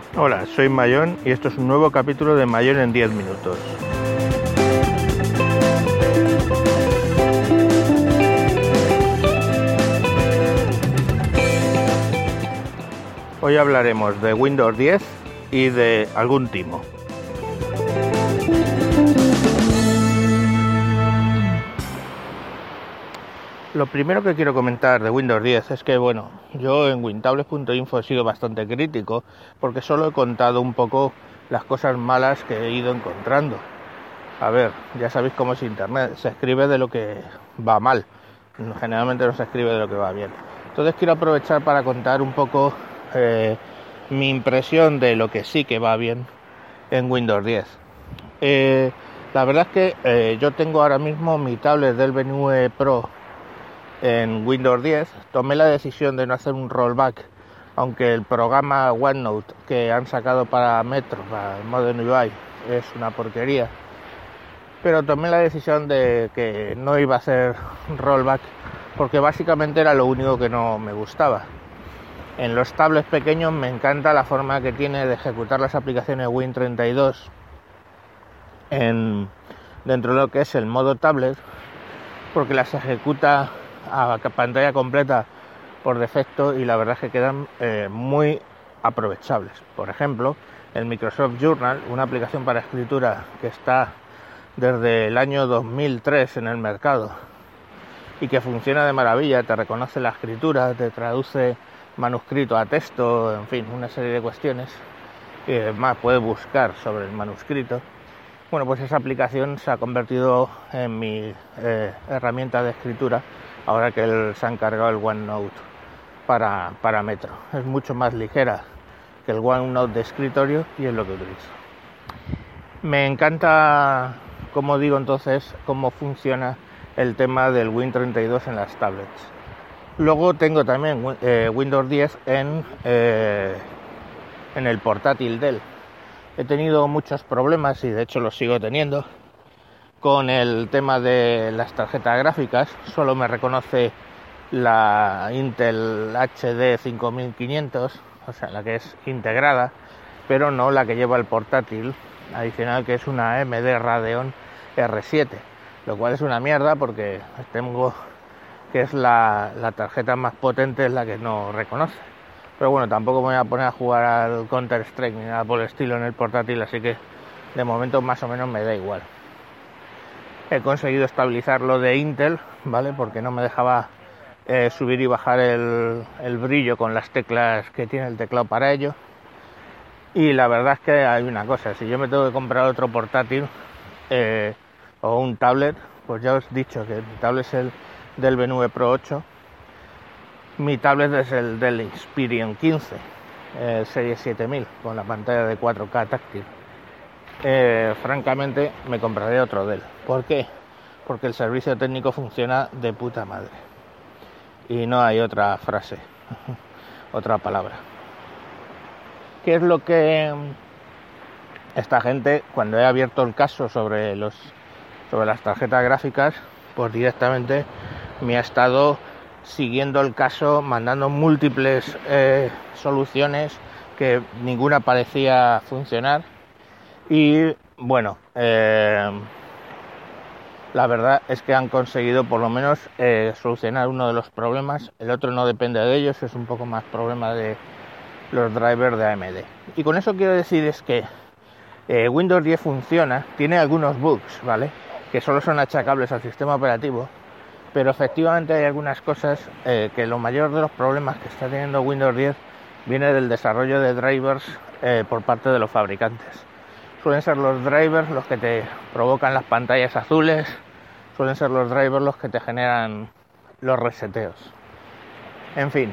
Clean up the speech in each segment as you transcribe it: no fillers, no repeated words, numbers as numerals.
Hola, soy Mayón y esto es un nuevo capítulo de Mayón en 10 minutos. Hoy hablaremos de Windows 10 y de algún timo. Lo primero que quiero comentar de Windows 10 es que, yo en wintables.info he sido bastante crítico porque solo he contado un poco las cosas malas que he ido encontrando. A ver, ya sabéis cómo es Internet, se escribe de lo que va mal, generalmente no se escribe de lo que va bien. Entonces quiero aprovechar para contar un poco mi impresión de lo que sí que va bien en Windows 10. La verdad es que yo tengo ahora mismo mi tablet del Venue Pro en Windows 10. Tomé la decisión de no hacer un rollback, aunque el programa OneNote que han sacado para Metro, para el Modern UI, es una porquería. Pero tomé la decisión de que no iba a hacer rollback porque básicamente era lo único que no me gustaba. En los tablets pequeños me encanta la forma que tiene de ejecutar las aplicaciones Win32 dentro de lo que es el modo tablet, porque las ejecuta a pantalla completa por defecto y la verdad es que quedan muy aprovechables. Por ejemplo, el Microsoft Journal, una aplicación para escritura que está desde el año 2003 en el mercado y que funciona de maravilla, te reconoce la escritura, te traduce manuscrito a texto, en fin, una serie de cuestiones, y además puedes buscar sobre el manuscrito. Bueno, pues esa aplicación se ha convertido en mi herramienta de escritura ahora que se ha encargado el OneNote para Metro. Es mucho más ligera que el OneNote de escritorio y es lo que utilizo. Me encanta, como digo entonces, cómo funciona el tema del Win32 en las tablets. Luego tengo también Windows 10 en el portátil Dell. He tenido muchos problemas y de hecho los sigo teniendo con el tema de las tarjetas gráficas. Solo me reconoce la Intel HD 5500, o sea, la que es integrada, pero no la que lleva el portátil adicional, que es una AMD Radeon R7, lo cual es una mierda porque tengo que es la tarjeta más potente, es la que no reconoce. Pero bueno, tampoco me voy a poner a jugar al Counter Strike ni nada por el estilo en el portátil, así que de momento más o menos me da igual. He conseguido estabilizar lo de Intel, ¿vale? Porque no me dejaba subir y bajar el brillo con las teclas que tiene el teclado para ello. Y la verdad es que hay una cosa, si yo me tengo que comprar otro portátil o un tablet, pues ya os he dicho que mi tablet es el del Venue Pro 8, mi tablet es el del Inspiron 15, serie 7000, con la pantalla de 4K táctil. Francamente me compraré otro Dell. ¿Por qué? Porque el servicio técnico funciona de puta madre y no hay otra frase otra palabra. ¿Qué es lo que esta gente, cuando he abierto el caso sobre las tarjetas gráficas, pues directamente me ha estado siguiendo el caso, mandando múltiples soluciones que ninguna parecía funcionar? Y bueno, la verdad es que han conseguido por lo menos solucionar uno de los problemas. El otro no depende de ellos, es un poco más problema de los drivers de AMD. Y con eso quiero decir es que Windows 10 funciona, tiene algunos bugs, ¿vale? Que solo son achacables al sistema operativo, pero efectivamente hay algunas cosas que lo mayor de los problemas que está teniendo Windows 10 viene del desarrollo de drivers por parte de los fabricantes. Suelen ser los drivers los que te provocan las pantallas azules, suelen ser los drivers los que te generan los reseteos. En fin,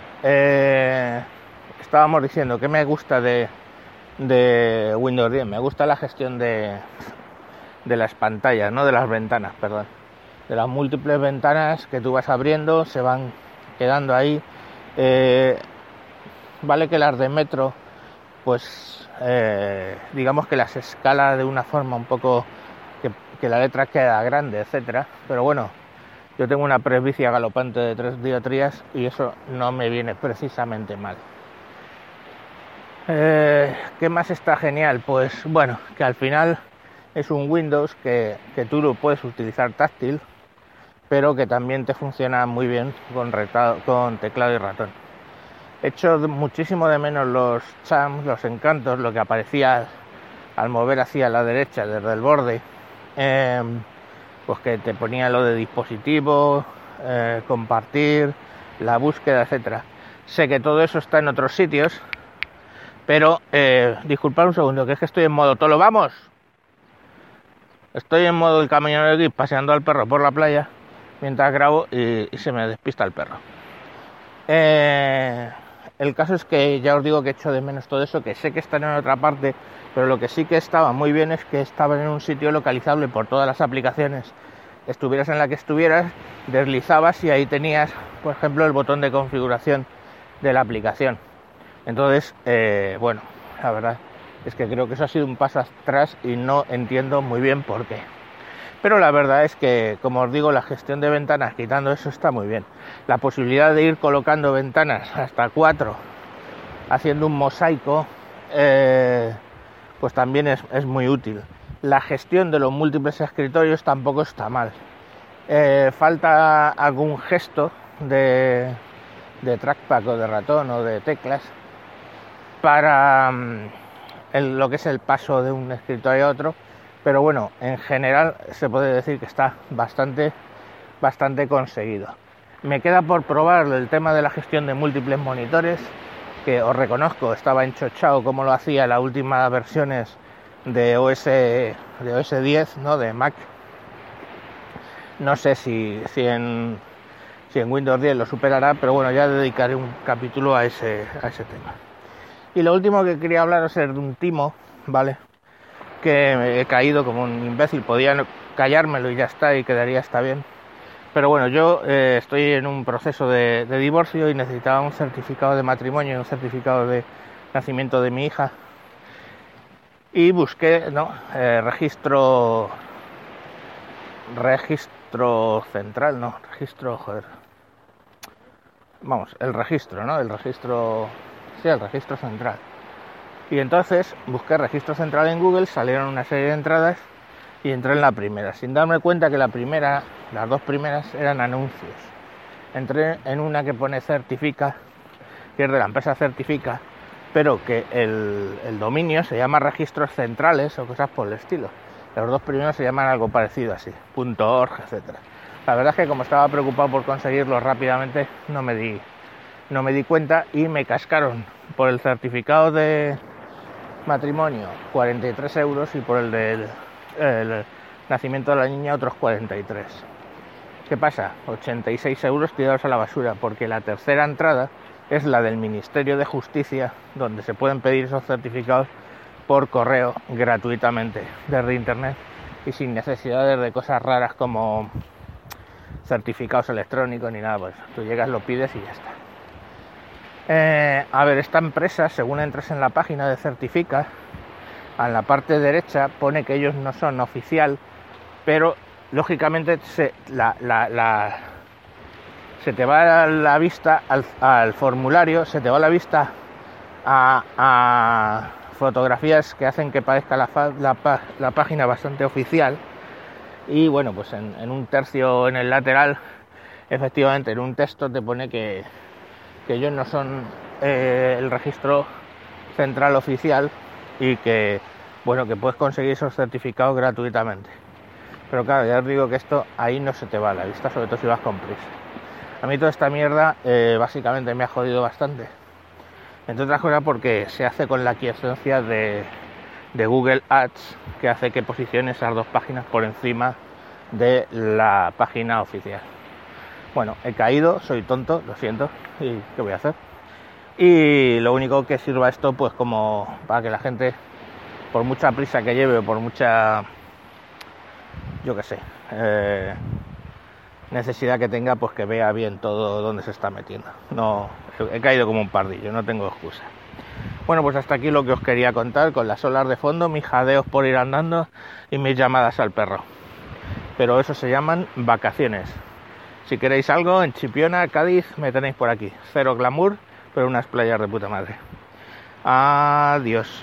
estábamos diciendo que me gusta de Windows 10, me gusta la gestión de las pantallas, no de las ventanas, perdón. De las múltiples ventanas que tú vas abriendo, se van quedando ahí. Vale que las de Metro, pues digamos que las escala de una forma un poco que la letra queda grande, etcétera, pero bueno, yo tengo una presbicia galopante de 3 dioptrías y eso no me viene precisamente mal. ¿Qué más está genial? Pues bueno, que al final es un Windows que tú lo puedes utilizar táctil, pero que también te funciona muy bien con teclado y ratón. Echo muchísimo de menos los charms, los encantos, lo que aparecía al mover hacia la derecha desde el borde, pues que te ponía lo de dispositivo, compartir, la búsqueda, etcétera. Sé que todo eso está en otros sitios, pero disculpad un segundo, que es que estoy en modo tolo, ¡vamos! Estoy en modo el camionero de aquí paseando al perro por la playa mientras grabo y se me despista el perro. El caso es que ya os digo que echo de menos todo eso, que sé que están en otra parte, pero lo que sí que estaba muy bien es que estaban en un sitio localizable por todas las aplicaciones. Estuvieras en la que estuvieras, deslizabas y ahí tenías, por ejemplo, el botón de configuración de la aplicación. Entonces, bueno, la verdad es que creo que eso ha sido un paso atrás y no entiendo muy bien por qué. Pero la verdad es que, como os digo, la gestión de ventanas, quitando eso, está muy bien. La posibilidad de ir colocando ventanas hasta 4, haciendo un mosaico, pues también es muy útil. La gestión de los múltiples escritorios tampoco está mal. Falta algún gesto de trackpad o de ratón o de teclas para lo que es el paso de un escritorio a otro, pero bueno, en general se puede decir que está bastante conseguido. Me queda por probar el tema de la gestión de múltiples monitores, que os reconozco, estaba enchochado como lo hacía las últimas versiones de OS 10, ¿no? De Mac. No sé si en Windows 10 lo superará, pero bueno, ya dedicaré un capítulo a ese tema. Y lo último que quería hablaros es de un timo, ¿vale? Que he caído como un imbécil, podía callármelo y ya está, y quedaría está bien. Pero bueno, yo estoy en un proceso de divorcio y necesitaba un certificado de matrimonio y un certificado de nacimiento de mi hija. Y busqué, registro central, el registro central. Y entonces busqué registro central en Google, salieron una serie de entradas y entré en la primera, sin darme cuenta que las dos primeras eran anuncios. Entré en una que pone Certifica, que es de la empresa Certifica, pero que el dominio se llama Registros Centrales o cosas por el estilo. Los dos primeros se llaman algo parecido así, .org, etcétera. La verdad es que como estaba preocupado por conseguirlo rápidamente, no me di cuenta y me cascaron por el certificado de matrimonio 43 euros y por el del nacimiento de la niña otros 43. ¿Qué pasa? 86 euros tirados a la basura, porque la tercera entrada es la del Ministerio de Justicia, donde se pueden pedir esos certificados por correo gratuitamente desde internet y sin necesidad de cosas raras como certificados electrónicos ni nada. Pues tú llegas, lo pides y ya está. A ver, esta empresa, según entras en la página de Certifica, en la parte derecha pone que ellos no son oficial, pero lógicamente se te va a la vista al formulario, se te va a la vista a fotografías que hacen que parezca la página bastante oficial. Y bueno, pues en un tercio en el lateral, efectivamente, en un texto te pone que ellos no son el registro central oficial y que, bueno, que puedes conseguir esos certificados gratuitamente. Pero claro, ya os digo que esto ahí no se te va a la vista, sobre todo si vas con prisa. A mí toda esta mierda básicamente me ha jodido bastante. Entre otras cosas porque se hace con la aquiescencia de Google Ads, que hace que posicione esas dos páginas por encima de la página oficial. Bueno, he caído, soy tonto, lo siento, y ¿qué voy a hacer? Y lo único que sirva esto, pues como para que la gente, por mucha prisa que lleve o por mucha, yo qué sé, necesidad que tenga, pues que vea bien todo donde se está metiendo. No, he caído como un pardillo, no tengo excusa. Bueno, pues hasta aquí lo que os quería contar, con las olas de fondo, mis jadeos por ir andando y mis llamadas al perro. Pero eso se llaman vacaciones. Si queréis algo, en Chipiona, Cádiz, me tenéis por aquí. Cero glamour, pero unas playas de puta madre. Adiós.